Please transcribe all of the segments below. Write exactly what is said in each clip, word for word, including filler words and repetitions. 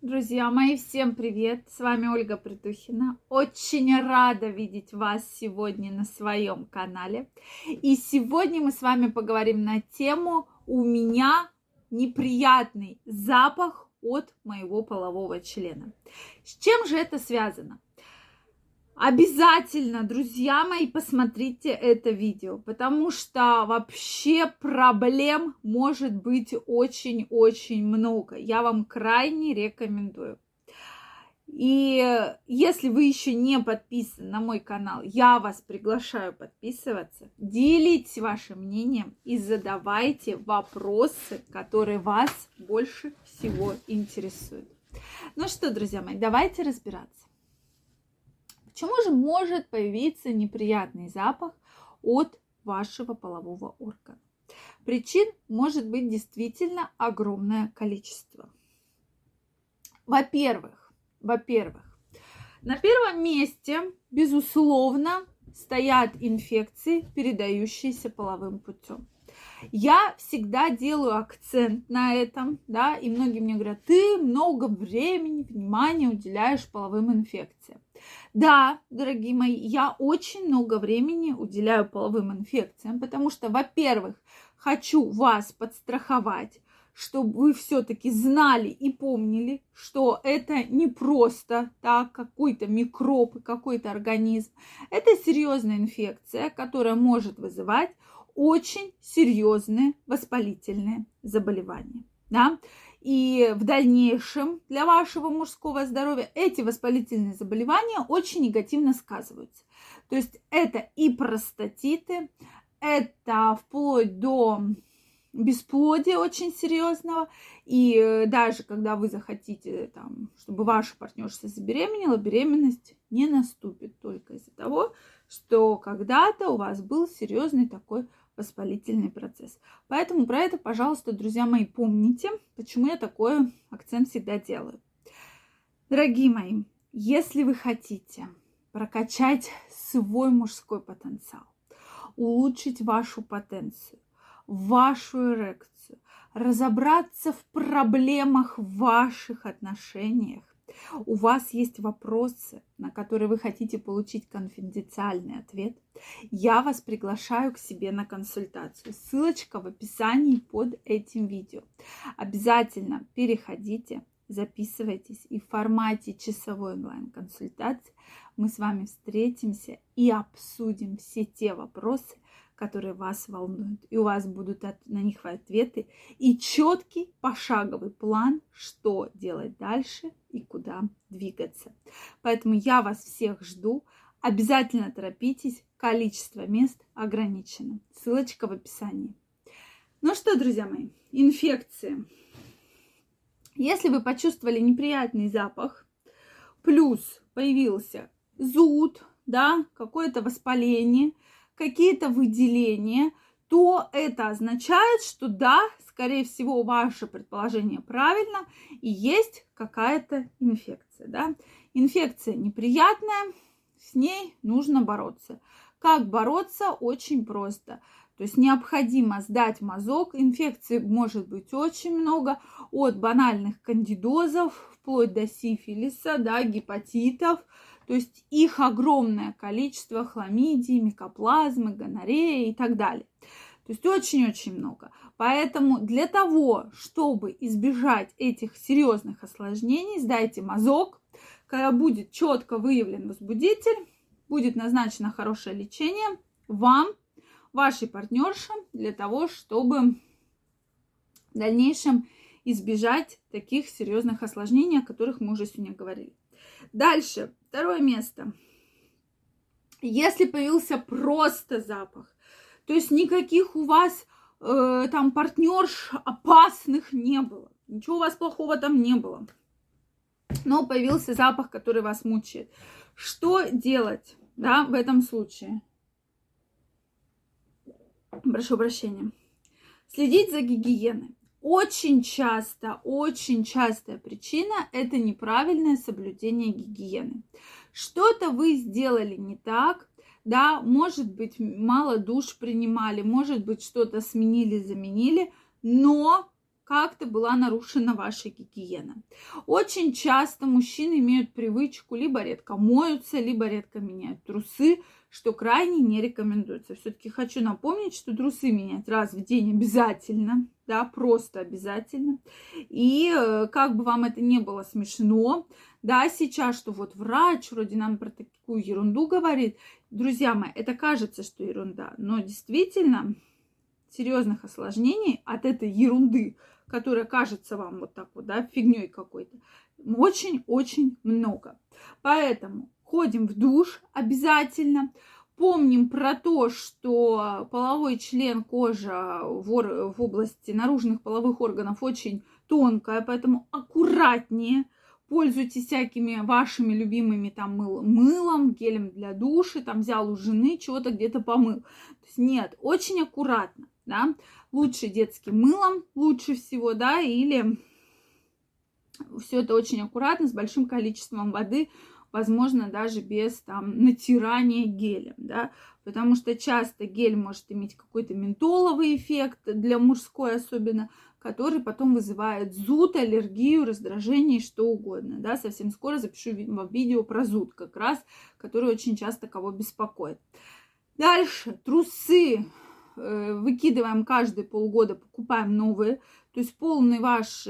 Друзья мои, всем привет! С вами Ольга Притухина. Очень рада видеть вас сегодня на своем канале. И сегодня мы с вами поговорим на тему «У меня неприятный запах от моего полового члена». С чем же это связано? Обязательно, друзья мои, посмотрите это видео, потому что вообще проблем может быть очень-очень много. Я вам крайне рекомендую. И если вы еще не подписаны на мой канал, я вас приглашаю подписываться, делитесь вашим мнением и задавайте вопросы, которые вас больше всего интересуют. Ну что, друзья мои, давайте разбираться. Почему же может появиться неприятный запах от вашего полового органа? Причин может быть действительно огромное количество. Во-первых, во-первых, на первом месте, безусловно, стоят инфекции, передающиеся половым путем. Я всегда делаю акцент на этом, да, и многие мне говорят: ты много времени, внимания уделяешь половым инфекциям. Да, дорогие мои, я очень много времени уделяю половым инфекциям, потому что, во-первых, хочу вас подстраховать, чтобы вы все-таки знали и помнили, что это не просто так, какой-то микроб и какой-то организм. Это серьезная инфекция, которая может вызывать очень серьезные воспалительные заболевания. Да? И в дальнейшем для вашего мужского здоровья эти воспалительные заболевания очень негативно сказываются. То есть это и простатиты, это вплоть до бесплодия очень серьезного. И даже когда вы захотите, там, чтобы ваша партнерша забеременела, беременность не наступит только из-за того, что когда-то у вас был серьезный такой воспалительный процесс. Поэтому про это, пожалуйста, друзья мои, помните, почему я такой акцент всегда делаю. Дорогие мои, если вы хотите прокачать свой мужской потенциал, улучшить вашу потенцию, вашу эрекцию, разобраться в проблемах в ваших отношениях, у вас есть вопросы, на которые вы хотите получить конфиденциальный ответ, я вас приглашаю к себе на консультацию. Ссылочка в описании под этим видео. Обязательно переходите, записывайтесь, и в формате часовой онлайн-консультации мы с вами встретимся и обсудим все те вопросы, которые вас волнуют. И у вас будут на них ответы и четкий пошаговый план, что делать дальше и куда двигаться. Поэтому я вас всех жду. Обязательно торопитесь. Количество мест ограничено. Ссылочка в описании. Ну что, друзья мои, инфекции. Если вы почувствовали неприятный запах, плюс появился зуд, да, какое-то воспаление, какие-то выделения, то это означает, что да, скорее всего, ваше предположение правильно, и есть какая-то инфекция. Да? Инфекция неприятная, с ней нужно бороться. Как бороться? Очень просто. То есть необходимо сдать мазок. Инфекций может быть очень много, от банальных кандидозов вплоть до сифилиса, да, гепатитов. То есть их огромное количество: хламидии, микоплазмы, гонореи и так далее. То есть очень-очень много. Поэтому для того, чтобы избежать этих серьезных осложнений, сдайте мазок. Когда будет четко выявлен возбудитель, будет назначено хорошее лечение вам, вашей партнерше, для того, чтобы в дальнейшем избежать таких серьезных осложнений, о которых мы уже сегодня говорили. Дальше, второе место. Если появился просто запах, то есть никаких у вас э, там партнерш опасных не было, ничего у вас плохого там не было, но появился запах, который вас мучает. Что делать, да, в этом случае? Прошу прощения. Следить за гигиеной. Очень часто, очень частая причина – это неправильное соблюдение гигиены. Что-то вы сделали не так, да, может быть, мало душ принимали, может быть, что-то сменили, заменили, но как-то была нарушена ваша гигиена. Очень часто мужчины имеют привычку либо редко моются, либо редко меняют трусы, что крайне не рекомендуется. Все-таки хочу напомнить, что трусы менять раз в день обязательно, да, просто обязательно. И как бы вам это не было смешно, да, сейчас, что вот врач вроде нам про такую ерунду говорит, друзья мои, это кажется, что ерунда, но действительно серьезных осложнений от этой ерунды, которая кажется вам вот так вот, да, фигней какой-то, очень-очень много. Поэтому ходим в душ обязательно. Помним про то, что половой член, кожа в, в области наружных половых органов очень тонкая, поэтому аккуратнее. Пользуйтесь всякими вашими любимыми там мыл, мылом, гелем для душа, там взял у жены, чего-то где-то помыл. То есть нет, очень аккуратно, да. Лучше детским мылом, лучше всего, да, или все это очень аккуратно, с большим количеством воды, возможно, даже без там натирания гелем, да, потому что часто гель может иметь какой-то ментоловый эффект, для мужской особенно, который потом вызывает зуд, аллергию, раздражение и что угодно, да, совсем скоро запишу видео про зуд как раз, который очень часто кого беспокоит. Дальше, трусы выкидываем каждые полгода, покупаем новые, то есть полный ваш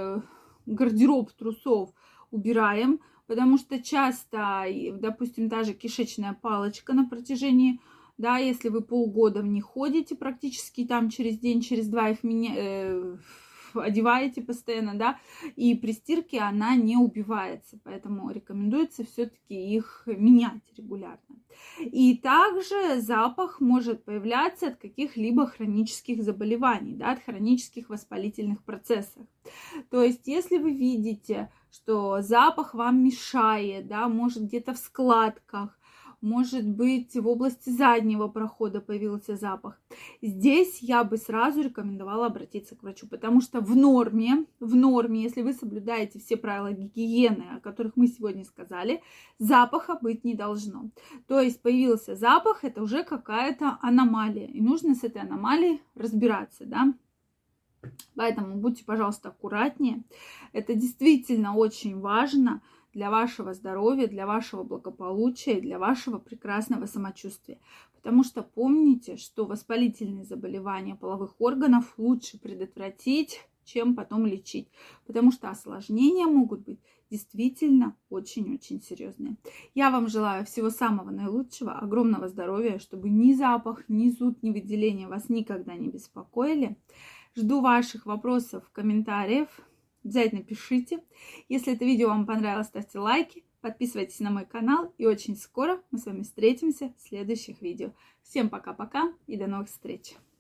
гардероб трусов убираем, потому что часто, допустим, та же кишечная палочка на протяжении, да, если вы полгода в них ходите, практически там через день, через два их меня, э, одеваете постоянно, да, и при стирке она не убивается, поэтому рекомендуется все-таки их менять регулярно. И также запах может появляться от каких-либо хронических заболеваний, да, от хронических воспалительных процессов. То есть, если вы видите, что запах вам мешает, да, может где-то в складках, может быть, в области заднего прохода появился запах. Здесь я бы сразу рекомендовала обратиться к врачу, потому что в норме, в норме, если вы соблюдаете все правила гигиены, о которых мы сегодня сказали, запаха быть не должно. То есть появился запах, это уже какая-то аномалия, и нужно с этой аномалией разбираться, да. Поэтому будьте, пожалуйста, аккуратнее. Это действительно очень важно для вашего здоровья, для вашего благополучия, для вашего прекрасного самочувствия. Потому что помните, что воспалительные заболевания половых органов лучше предотвратить, чем потом лечить. Потому что осложнения могут быть действительно очень-очень серьезные. Я вам желаю всего самого наилучшего, огромного здоровья, чтобы ни запах, ни зуд, ни выделение вас никогда не беспокоили. Жду ваших вопросов, комментариев. Обязательно пишите. Если это видео вам понравилось, ставьте лайки, подписывайтесь на мой канал. И очень скоро мы с вами встретимся в следующих видео. Всем пока-пока и до новых встреч!